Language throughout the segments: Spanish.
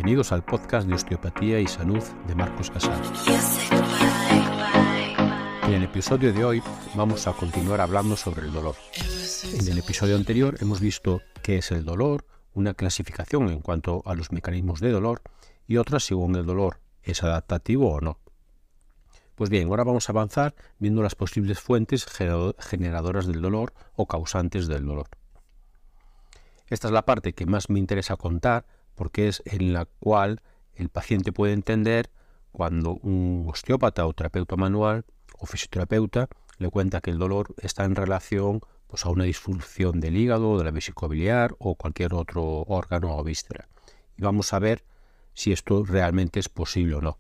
Bienvenidos al podcast de Osteopatía y Salud de Marcos Casado. En el episodio de hoy vamos a continuar hablando sobre el dolor. En el episodio anterior hemos visto qué es el dolor, una clasificación en cuanto a los mecanismos de dolor y otra según el dolor es adaptativo o no. Pues bien, ahora vamos a avanzar viendo las posibles fuentes generadoras del dolor o causantes del dolor. Esta es la parte que más me interesa contar porque es en la cual el paciente puede entender cuando un osteópata o terapeuta manual o fisioterapeuta le cuenta que el dolor está en relación a una disfunción del hígado, de la vesícula biliar o cualquier otro órgano o víscera. Y vamos a ver si esto realmente es posible o no.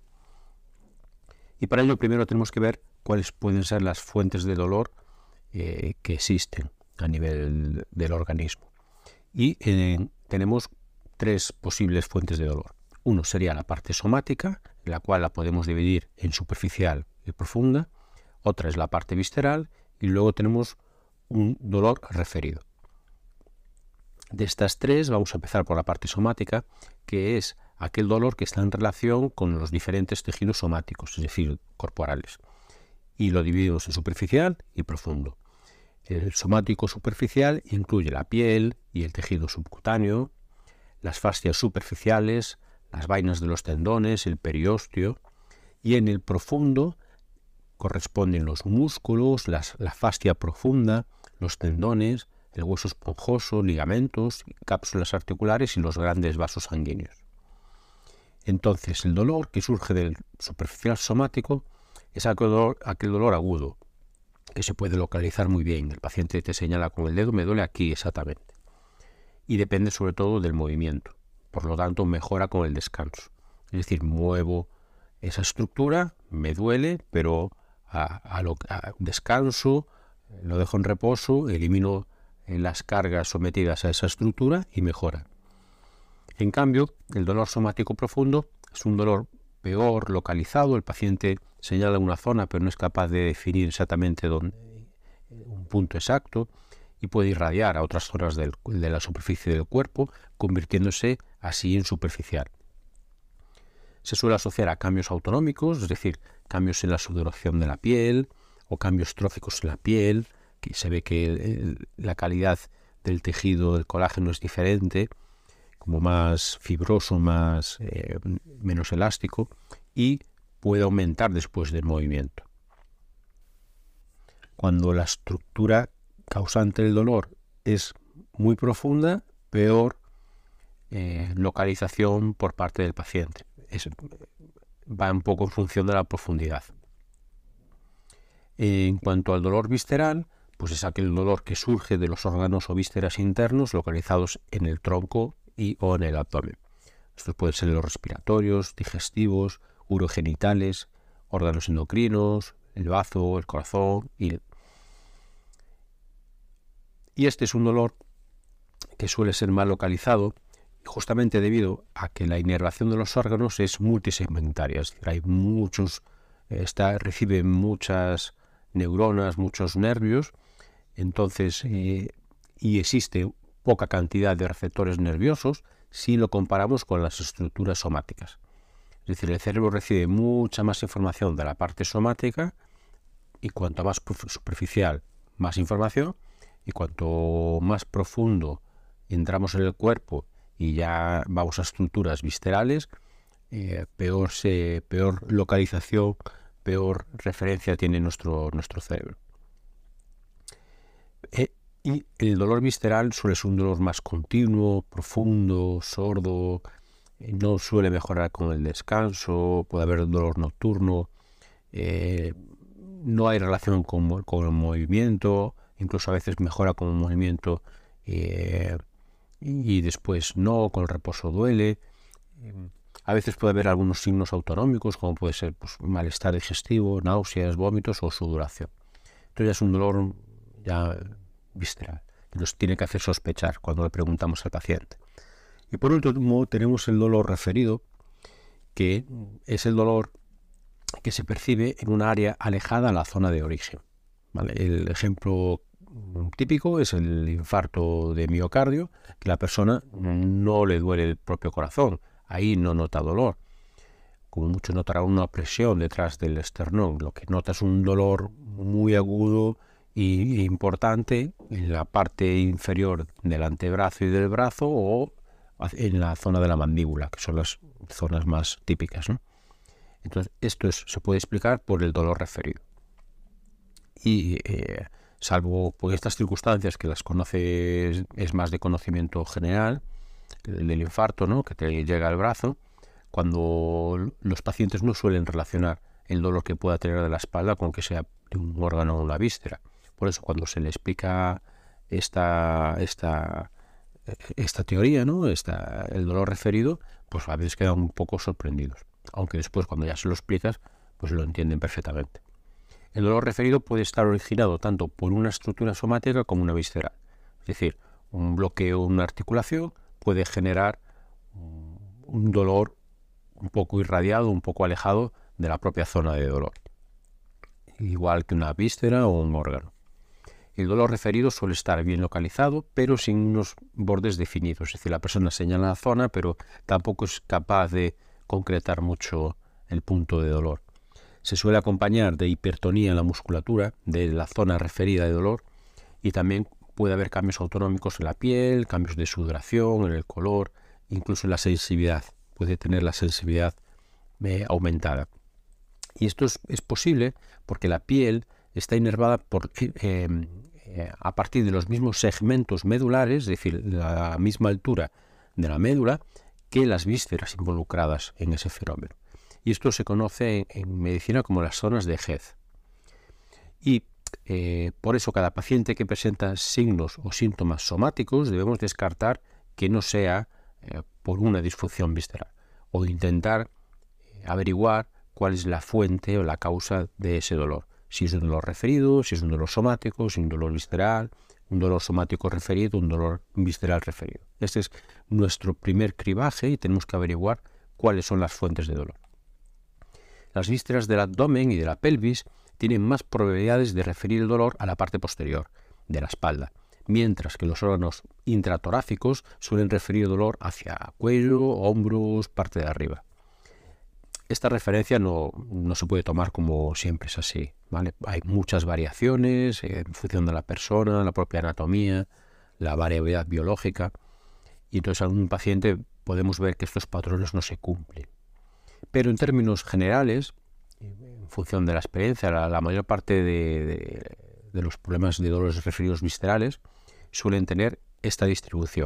Y para ello primero tenemos que ver cuáles pueden ser las fuentes de dolor que existen a nivel del organismo. Y tenemos tres posibles fuentes de dolor. Uno sería la parte somática, en la cual la podemos dividir en superficial y profunda. Otra es la parte visceral y luego tenemos un dolor referido. De estas tres vamos a empezar por la parte somática, que es aquel dolor que está en relación con los diferentes tejidos somáticos, es decir, corporales. Y lo dividimos en superficial y profundo. El somático superficial incluye la piel y el tejido subcutáneo, las fascias superficiales, las vainas de los tendones, el periósteo, y en el profundo corresponden los músculos, la fascia profunda, los tendones, el hueso esponjoso, ligamentos, cápsulas articulares y los grandes vasos sanguíneos. Entonces, el dolor que surge del superficial somático es aquel dolor agudo, que se puede localizar muy bien. El paciente te señala con el dedo, me duele aquí exactamente. Y depende sobre todo del movimiento. Por lo tanto, mejora con el descanso. Es decir, muevo esa estructura, me duele, pero a descanso, lo dejo en reposo, elimino las cargas sometidas a esa estructura y mejora. En cambio, el dolor somático profundo es un dolor peor localizado. El paciente señala una zona, pero no es capaz de definir exactamente un punto exacto y puede irradiar a otras zonas de la superficie del cuerpo, convirtiéndose así en superficial. Se suele asociar a cambios autonómicos, es decir, cambios en la sudoración de la piel o cambios tróficos en la piel, que se ve que la calidad del tejido del colágeno es diferente, como más fibroso, menos elástico, y puede aumentar después del movimiento. Cuando la estructura causante del dolor es muy profunda, peor localización por parte del paciente. Va un poco en función de la profundidad. En cuanto al dolor visceral, pues es aquel dolor que surge de los órganos o vísceras internos localizados en el tronco o en el abdomen. Estos pueden ser los respiratorios, digestivos, urogenitales, órganos endocrinos, el bazo, el corazón y este es un dolor que suele ser mal localizado justamente debido a que la inervación de los órganos es multisegmentaria, es decir, hay recibe muchas neuronas, muchos nervios, entonces y existe poca cantidad de receptores nerviosos si lo comparamos con las estructuras somáticas. Es decir, el cerebro recibe mucha más información de la parte somática y cuanto más superficial, más información, y cuanto más profundo entramos en el cuerpo y ya vamos a estructuras viscerales, peor localización, peor referencia tiene nuestro cerebro. Y el dolor visceral suele ser un dolor más continuo, profundo, sordo, no suele mejorar con el descanso, puede haber dolor nocturno, no hay relación con el movimiento, incluso a veces mejora con el movimiento y después no, con el reposo duele. A veces puede haber algunos signos autonómicos, como puede ser malestar digestivo, náuseas, vómitos o sudoración. Esto ya es un dolor ya visceral, que nos tiene que hacer sospechar cuando le preguntamos al paciente. Y por último tenemos el dolor referido, que es el dolor que se percibe en un área alejada a la zona de origen. ¿Vale? El ejemplo típico es el infarto de miocardio, que la persona no le duele el propio corazón, ahí no nota dolor. Como mucho notará una presión detrás del esternón. Lo que nota es un dolor muy agudo e importante en la parte inferior del antebrazo y del brazo o en la zona de la mandíbula, que son las zonas más típicas, ¿no? Entonces, esto se puede explicar por el dolor referido. Y salvo por estas circunstancias que las conoces, es más de conocimiento general, el del infarto, ¿no?, que te llega al brazo, cuando los pacientes no suelen relacionar el dolor que pueda tener de la espalda con que sea de un órgano o una víscera. Por eso, cuando se le explica esta teoría, ¿no?, el dolor referido, pues a veces quedan un poco sorprendidos. Aunque después, cuando ya se lo explicas, pues lo entienden perfectamente. El dolor referido puede estar originado tanto por una estructura somática como una visceral. Es decir, un bloqueo, una articulación puede generar un dolor un poco irradiado, un poco alejado de la propia zona de dolor, igual que una víscera o un órgano. El dolor referido suele estar bien localizado, pero sin unos bordes definidos. Es decir, la persona señala la zona, pero tampoco es capaz de concretar mucho el punto de dolor. Se suele acompañar de hipertonía en la musculatura de la zona referida de dolor, y también puede haber cambios autonómicos en la piel, cambios de sudoración, en el color, incluso en la sensibilidad. Puede tener la sensibilidad aumentada. Y esto es posible porque la piel está inervada a partir de los mismos segmentos medulares, es decir, la misma altura de la médula, que las vísceras involucradas en ese fenómeno. Y esto se conoce en medicina como las zonas de Heth. Y por eso cada paciente que presenta signos o síntomas somáticos debemos descartar que no sea por una disfunción visceral, o intentar averiguar cuál es la fuente o la causa de ese dolor. Si es un dolor referido, si es un dolor somático, si es un dolor visceral, un dolor somático referido, un dolor visceral referido. Este es nuestro primer cribaje y tenemos que averiguar cuáles son las fuentes de dolor. Las vísceras del abdomen y de la pelvis tienen más probabilidades de referir el dolor a la parte posterior de la espalda, mientras que los órganos intratorácicos suelen referir dolor hacia cuello, hombros, parte de arriba. Esta referencia no se puede tomar como siempre es así, ¿vale? Hay muchas variaciones en función de la persona, la propia anatomía, la variabilidad biológica, y entonces en un paciente podemos ver que estos patrones no se cumplen. Pero en términos generales, en función de la experiencia, la mayor parte de los problemas de dolores referidos viscerales suelen tener esta distribución.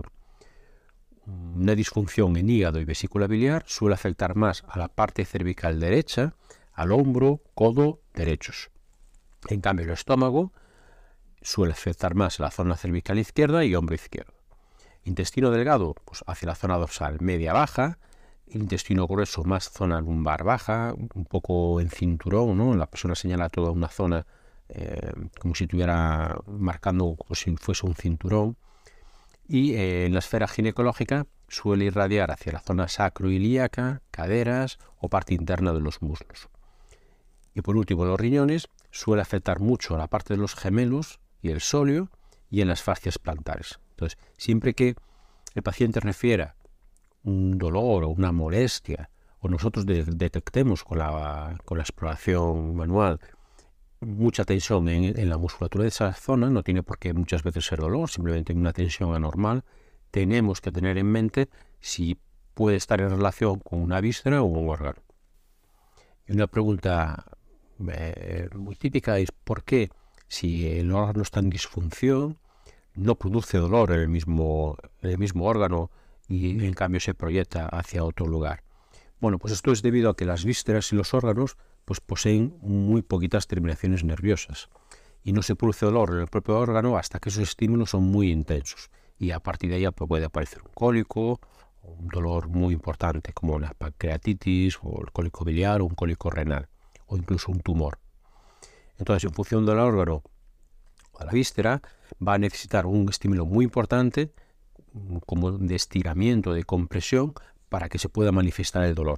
Una disfunción en hígado y vesícula biliar suele afectar más a la parte cervical derecha, al hombro, codo derechos. En cambio, el estómago suele afectar más a la zona cervical izquierda y hombro izquierdo. Intestino delgado, pues hacia la zona dorsal media-baja. Intestino grueso, más zona lumbar baja, un poco en cinturón, ¿no? La persona señala toda una zona como si estuviera marcando, como si fuese un cinturón. Y en la esfera ginecológica suele irradiar hacia la zona sacroilíaca, caderas o parte interna de los muslos. Y por último, los riñones suele afectar mucho a la parte de los gemelos y el sóleo y en las fascias plantares. Entonces, siempre que el paciente refiera un dolor o una molestia, o nosotros detectemos con la exploración manual mucha tensión en la musculatura de esa zona, no tiene por qué muchas veces ser dolor, simplemente una tensión anormal, tenemos que tener en mente si puede estar en relación con una víscera o un órgano. Y una pregunta muy típica es ¿por qué si el órgano está en disfunción no produce dolor en el mismo órgano y en cambio se proyecta hacia otro lugar? Bueno, pues esto es debido a que las vísceras y los órganos pues poseen muy poquitas terminaciones nerviosas y no se produce dolor en el propio órgano hasta que esos estímulos son muy intensos, y a partir de ahí puede aparecer un cólico o un dolor muy importante como la pancreatitis o el cólico biliar o un cólico renal o incluso un tumor. Entonces, en función del órgano o la víscera, va a necesitar un estímulo muy importante como de estiramiento, de compresión, para que se pueda manifestar el dolor.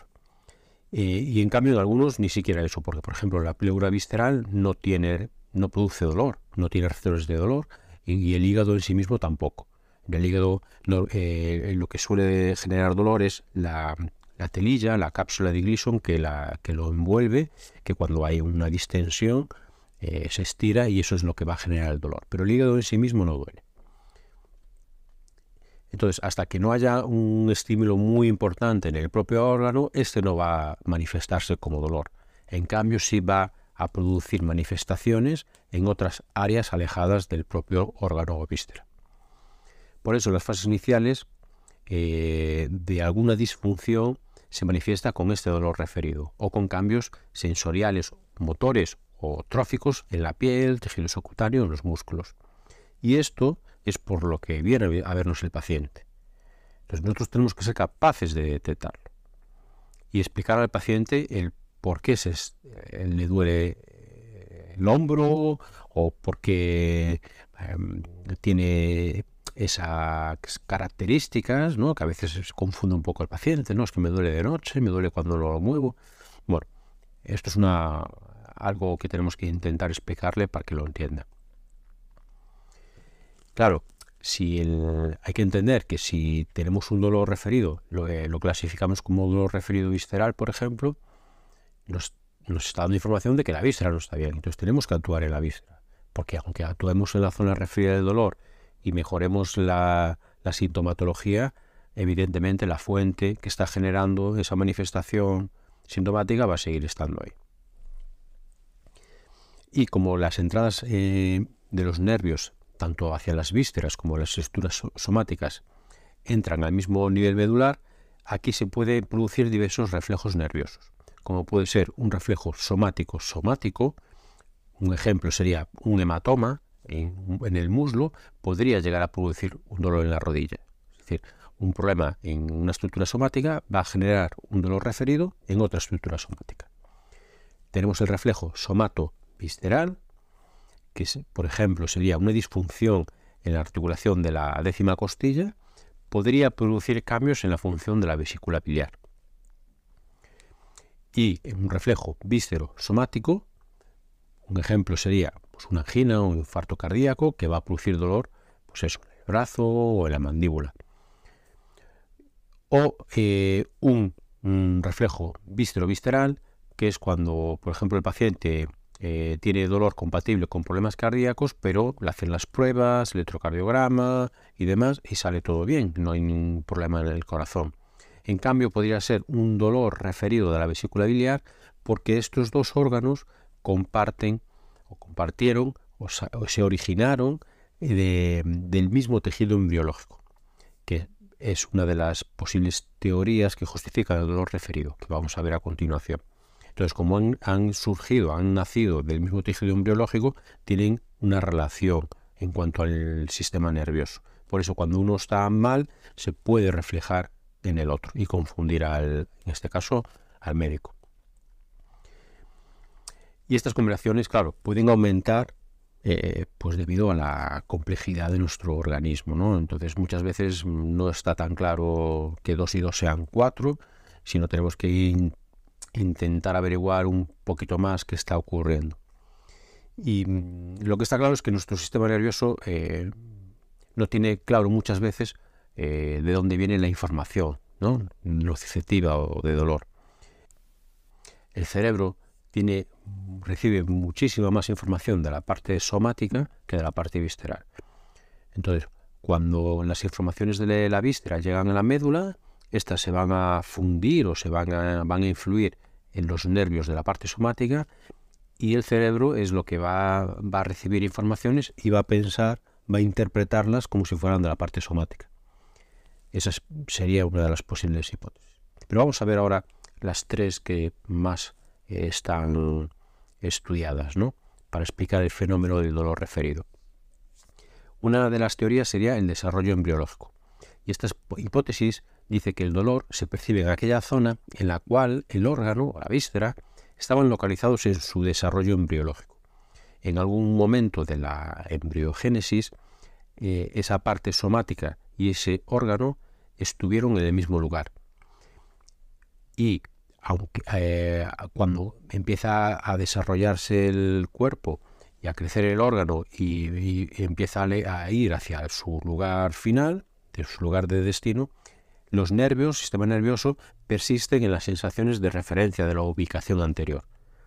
Y en cambio de algunos ni siquiera eso, porque por ejemplo la pleura visceral no produce dolor, no tiene receptores de dolor, y el hígado en sí mismo tampoco. En el hígado lo que suele generar dolor es la la telilla, la cápsula de Gleason que lo envuelve, que cuando hay una distensión se estira y eso es lo que va a generar el dolor. Pero el hígado en sí mismo no duele. Entonces, hasta que no haya un estímulo muy importante en el propio órgano, este no va a manifestarse como dolor. En cambio, sí va a producir manifestaciones en otras áreas alejadas del propio órgano o víscera. Por eso, en las fases iniciales de alguna disfunción se manifiesta con este dolor referido o con cambios sensoriales, motores o tróficos en la piel, tejido subcutáneo, en los músculos. Y esto es por lo que viene a vernos el paciente. Entonces nosotros tenemos que ser capaces de detectarlo y explicar al paciente el por qué le duele el hombro o por qué tiene esas características, ¿no? Que a veces se confunde un poco el paciente, ¿no? Es que me duele de noche, me duele cuando lo muevo. Bueno, esto es algo que tenemos que intentar explicarle para que lo entienda. Claro, hay que entender que si tenemos un dolor referido, lo clasificamos como dolor referido visceral, por ejemplo, nos está dando información de que la víscera no está bien. Entonces tenemos que actuar en la víscera, porque aunque actuemos en la zona referida del dolor y mejoremos la sintomatología, evidentemente la fuente que está generando esa manifestación sintomática va a seguir estando ahí. Y como las entradas de los nervios, tanto hacia las vísceras como las estructuras somáticas, entran al mismo nivel medular, aquí se pueden producir diversos reflejos nerviosos, como puede ser un reflejo somático, un ejemplo sería un hematoma en el muslo, podría llegar a producir un dolor en la rodilla. Es decir, un problema en una estructura somática va a generar un dolor referido en otra estructura somática. Tenemos el reflejo somato-visceral, que por ejemplo sería una disfunción en la articulación de la décima costilla, podría producir cambios en la función de la vesícula biliar. Y en un reflejo víscero-somático, un ejemplo sería una angina o un infarto cardíaco que va a producir dolor en el brazo o en la mandíbula. O un reflejo víscero-visceral, que es cuando, por ejemplo, el paciente tiene dolor compatible con problemas cardíacos, pero le hacen las pruebas, el electrocardiograma y demás, y sale todo bien, no hay ningún problema en el corazón. En cambio, podría ser un dolor referido de la vesícula biliar, porque estos dos órganos compartieron o se originaron del mismo tejido embriológico, que es una de las posibles teorías que justifican el dolor referido, que vamos a ver a continuación. Entonces, como han nacido del mismo tejido embriológico, tienen una relación en cuanto al sistema nervioso. Por eso, cuando uno está mal, se puede reflejar en el otro y confundir en este caso, al médico. Y estas combinaciones, claro, pueden aumentar pues debido a la complejidad de nuestro organismo, ¿no? Entonces, muchas veces no está tan claro que 2 y 2 sean 4, sino tenemos que intentar averiguar un poquito más qué está ocurriendo. Y lo que está claro es que nuestro sistema nervioso no tiene claro muchas veces de dónde viene la información, ¿no? Nociceptiva o de dolor. El cerebro recibe muchísima más información de la parte somática que de la parte visceral. Entonces, cuando las informaciones de la víscera llegan a la médula, estas se van a fundir o van a influir en los nervios de la parte somática, y el cerebro es lo que va a recibir informaciones y va a interpretarlas como si fueran de la parte somática. Esa sería una de las posibles hipótesis. Pero vamos a ver ahora las 3 que más están estudiadas, ¿no?, para explicar el fenómeno del dolor referido. Una de las teorías sería el desarrollo embriológico. Y esta hipótesis dice que el dolor se percibe en aquella zona en la cual el órgano o la víscera estaban localizados en su desarrollo embriológico. En algún momento de la embriogénesis, esa parte somática y ese órgano estuvieron en el mismo lugar. Y cuando empieza a desarrollarse el cuerpo y a crecer el órgano y empieza a ir hacia su lugar final, de su lugar de destino, los nervios, sistema nervioso, persisten en las sensaciones de referencia de la ubicación anterior.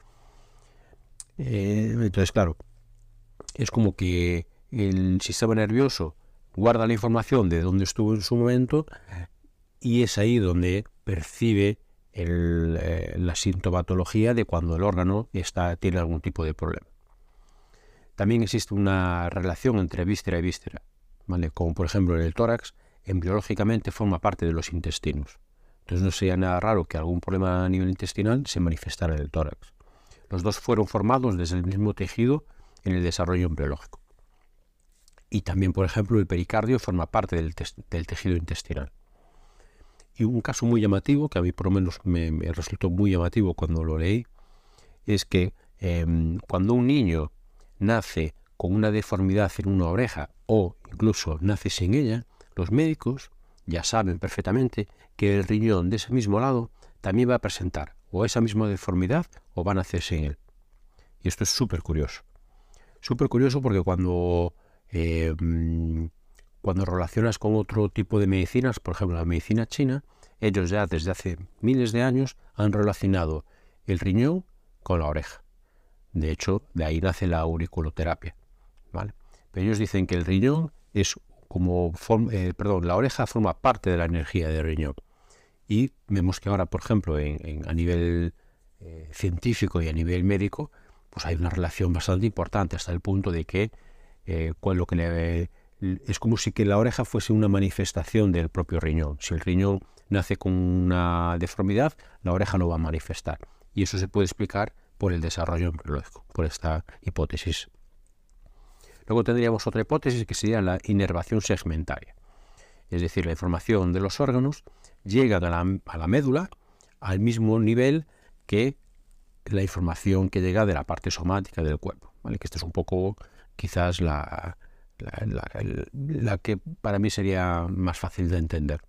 Entonces, claro, es como que el sistema nervioso guarda la información de dónde estuvo en su momento y es ahí donde percibe la sintomatología de cuando el órgano tiene algún tipo de problema. También existe una relación entre víscera y víscera, ¿vale? Como por ejemplo en el tórax, embriológicamente forma parte de los intestinos. Entonces no sería nada raro que algún problema a nivel intestinal se manifestara en el tórax. Los dos fueron formados desde el mismo tejido en el desarrollo embriológico. Y también, por ejemplo, el pericardio forma parte del tejido intestinal. Y un caso muy llamativo, que a mí por lo menos me resultó muy llamativo cuando lo leí, es que cuando un niño nace con una deformidad en una oreja o incluso nace sin ella, los médicos ya saben perfectamente que el riñón de ese mismo lado también va a presentar o esa misma deformidad o va a nacer sin él. Y esto es súper curioso. Súper curioso porque cuando relacionas con otro tipo de medicinas, por ejemplo la medicina china, ellos ya desde hace miles de años han relacionado el riñón con la oreja. De hecho, de ahí nace la auriculoterapia, ¿vale? Pero ellos dicen que el riñón es la oreja forma parte de la energía del riñón. Y vemos que ahora, por ejemplo, a nivel científico y a nivel médico, pues hay una relación bastante importante hasta el punto de que es como si que la oreja fuese una manifestación del propio riñón. Si el riñón nace con una deformidad, la oreja no va a manifestar. Y eso se puede explicar por el desarrollo embriológico, por esta hipótesis. Luego tendríamos otra hipótesis que sería la inervación segmentaria. Es decir, la información de los órganos llega a la médula al mismo nivel que la información que llega de la parte somática del cuerpo, ¿vale? Que esta es un poco quizás la que para mí sería más fácil de entender.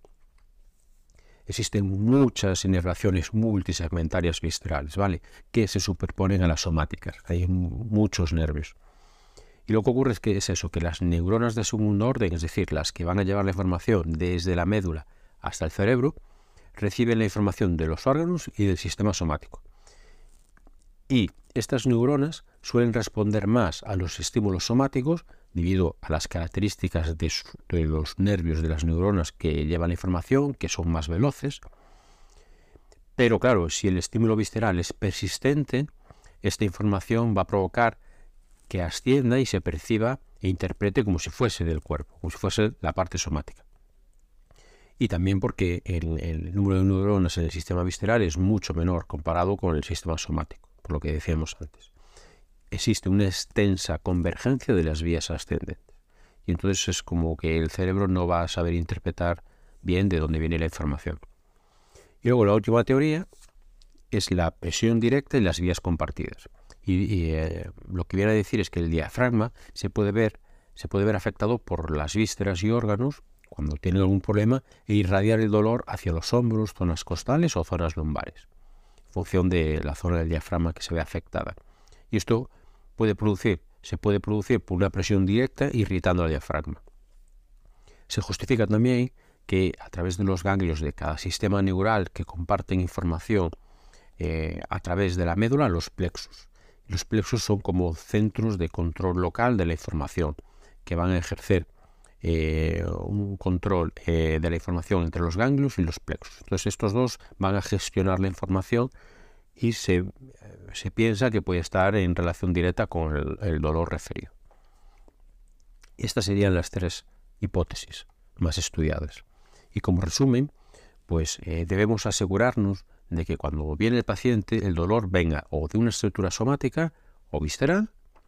Existen muchas inervaciones multisegmentarias viscerales, ¿vale? Que se superponen a las somáticas. Hay muchos nervios. Y lo que ocurre es eso, que las neuronas de segundo orden, es decir, las que van a llevar la información desde la médula hasta el cerebro, reciben la información de los órganos y del sistema somático. Y estas neuronas suelen responder más a los estímulos somáticos debido a las características de los nervios de las neuronas que llevan la información, que son más veloces. Pero claro, si el estímulo visceral es persistente, esta información va a provocar que ascienda y se perciba e interprete como si fuese del cuerpo, como si fuese la parte somática. Y también porque el número de neuronas en el sistema visceral es mucho menor comparado con el sistema somático, por lo que decíamos antes. Existe una extensa convergencia de las vías ascendentes. Y entonces es como que el cerebro no va a saber interpretar bien de dónde viene la información. Y luego la última teoría es la presión directa y las vías compartidas. Y lo que viene a decir es que el diafragma se puede ver afectado por las vísceras y órganos cuando tienen algún problema e irradiar el dolor hacia los hombros, zonas costales o zonas lumbares, en función de la zona del diafragma que se ve afectada. Y esto se puede producir por una presión directa irritando al diafragma. Se justifica también que a través de los ganglios de cada sistema neural que comparten información a través de la médula, los plexos. Los plexos son como centros de control local de la información que van a ejercer un control de la información entre los ganglios y los plexos. Entonces estos dos van a gestionar la información y se piensa que puede estar en relación directa con el dolor referido. Estas serían las tres hipótesis más estudiadas. Y como resumen, pues debemos asegurarnos de que cuando viene el paciente el dolor venga o de una estructura somática o visceral,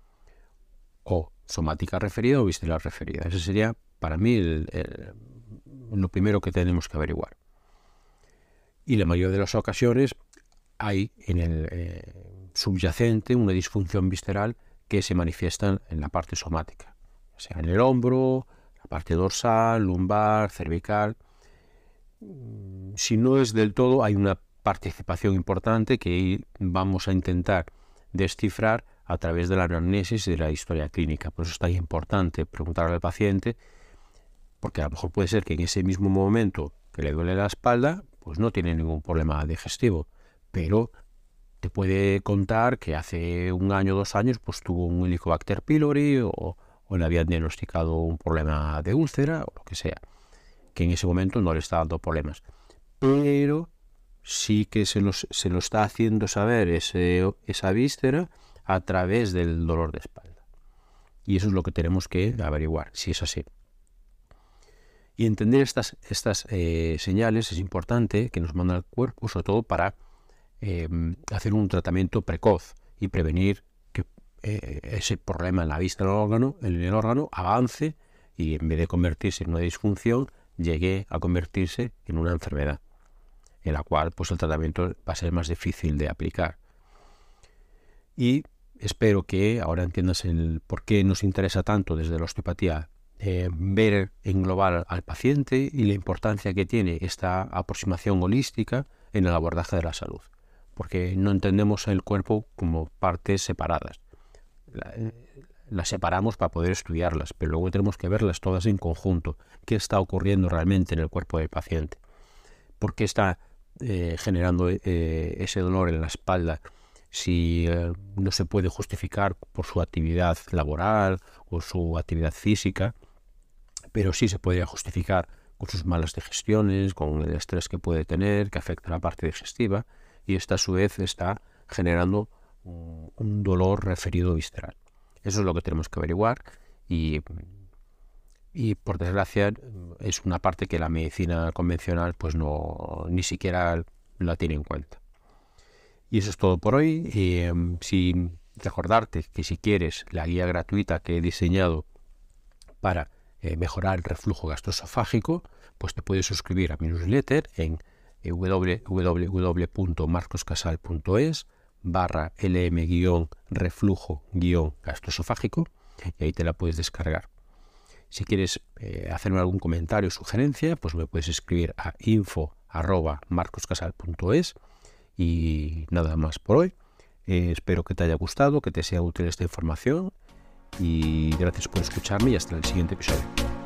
o somática referida o visceral referida. Ese sería para mí lo primero que tenemos que averiguar. Y la mayoría de las ocasiones hay en el subyacente una disfunción visceral que se manifiesta en la parte somática, o sea en el hombro, la parte dorsal, lumbar, cervical. Si no es del todo, hay una participación importante que vamos a intentar descifrar a través de la anamnesis y de la historia clínica. Por eso es tan importante preguntarle al paciente, porque a lo mejor puede ser que en ese mismo momento que le duele la espalda, pues no tiene ningún problema digestivo, pero te puede contar que hace 1 año, 2 años, pues tuvo un Helicobacter pylori o le habían diagnosticado un problema de úlcera o lo que sea, que en ese momento no le está dando problemas, pero sí que se lo está haciendo saber esa víscera a través del dolor de espalda. Y eso es lo que tenemos que averiguar, si es así. Y entender estas señales es importante que nos manda el cuerpo, sobre todo para hacer un tratamiento precoz y prevenir que ese problema en la vista en el órgano avance y en vez de convertirse en una disfunción, llegue a convertirse en una enfermedad, en la cual pues el tratamiento va a ser más difícil de aplicar. Y espero que ahora entiendas el por qué nos interesa tanto desde la osteopatía ver en global al paciente y la importancia que tiene esta aproximación holística en el abordaje de la salud, porque no entendemos el cuerpo como partes separadas. Las separamos para poder estudiarlas, pero luego tenemos que verlas todas en conjunto. ¿Qué está ocurriendo realmente en el cuerpo del paciente? ¿Por qué está generando ese dolor en la espalda? Si no se puede justificar por su actividad laboral o su actividad física, pero sí se podría justificar con sus malas digestiones, con el estrés que puede tener, que afecta a la parte digestiva, y esta a su vez está generando un dolor referido visceral. Eso es lo que tenemos que averiguar y por desgracia es una parte que la medicina convencional pues ni siquiera la tiene en cuenta. Y eso es todo por hoy. Recordarte que si quieres la guía gratuita que he diseñado para mejorar el reflujo gastroesofágico, pues te puedes suscribir a mi newsletter en www.marcoscasal.es/lm-reflujo-gastroesofágico y ahí te la puedes descargar. Si quieres hacerme algún comentario o sugerencia, pues me puedes escribir a info@marcoscasal.es. Y nada más por hoy. Espero que te haya gustado, que te sea útil esta información y gracias por escucharme y hasta el siguiente episodio.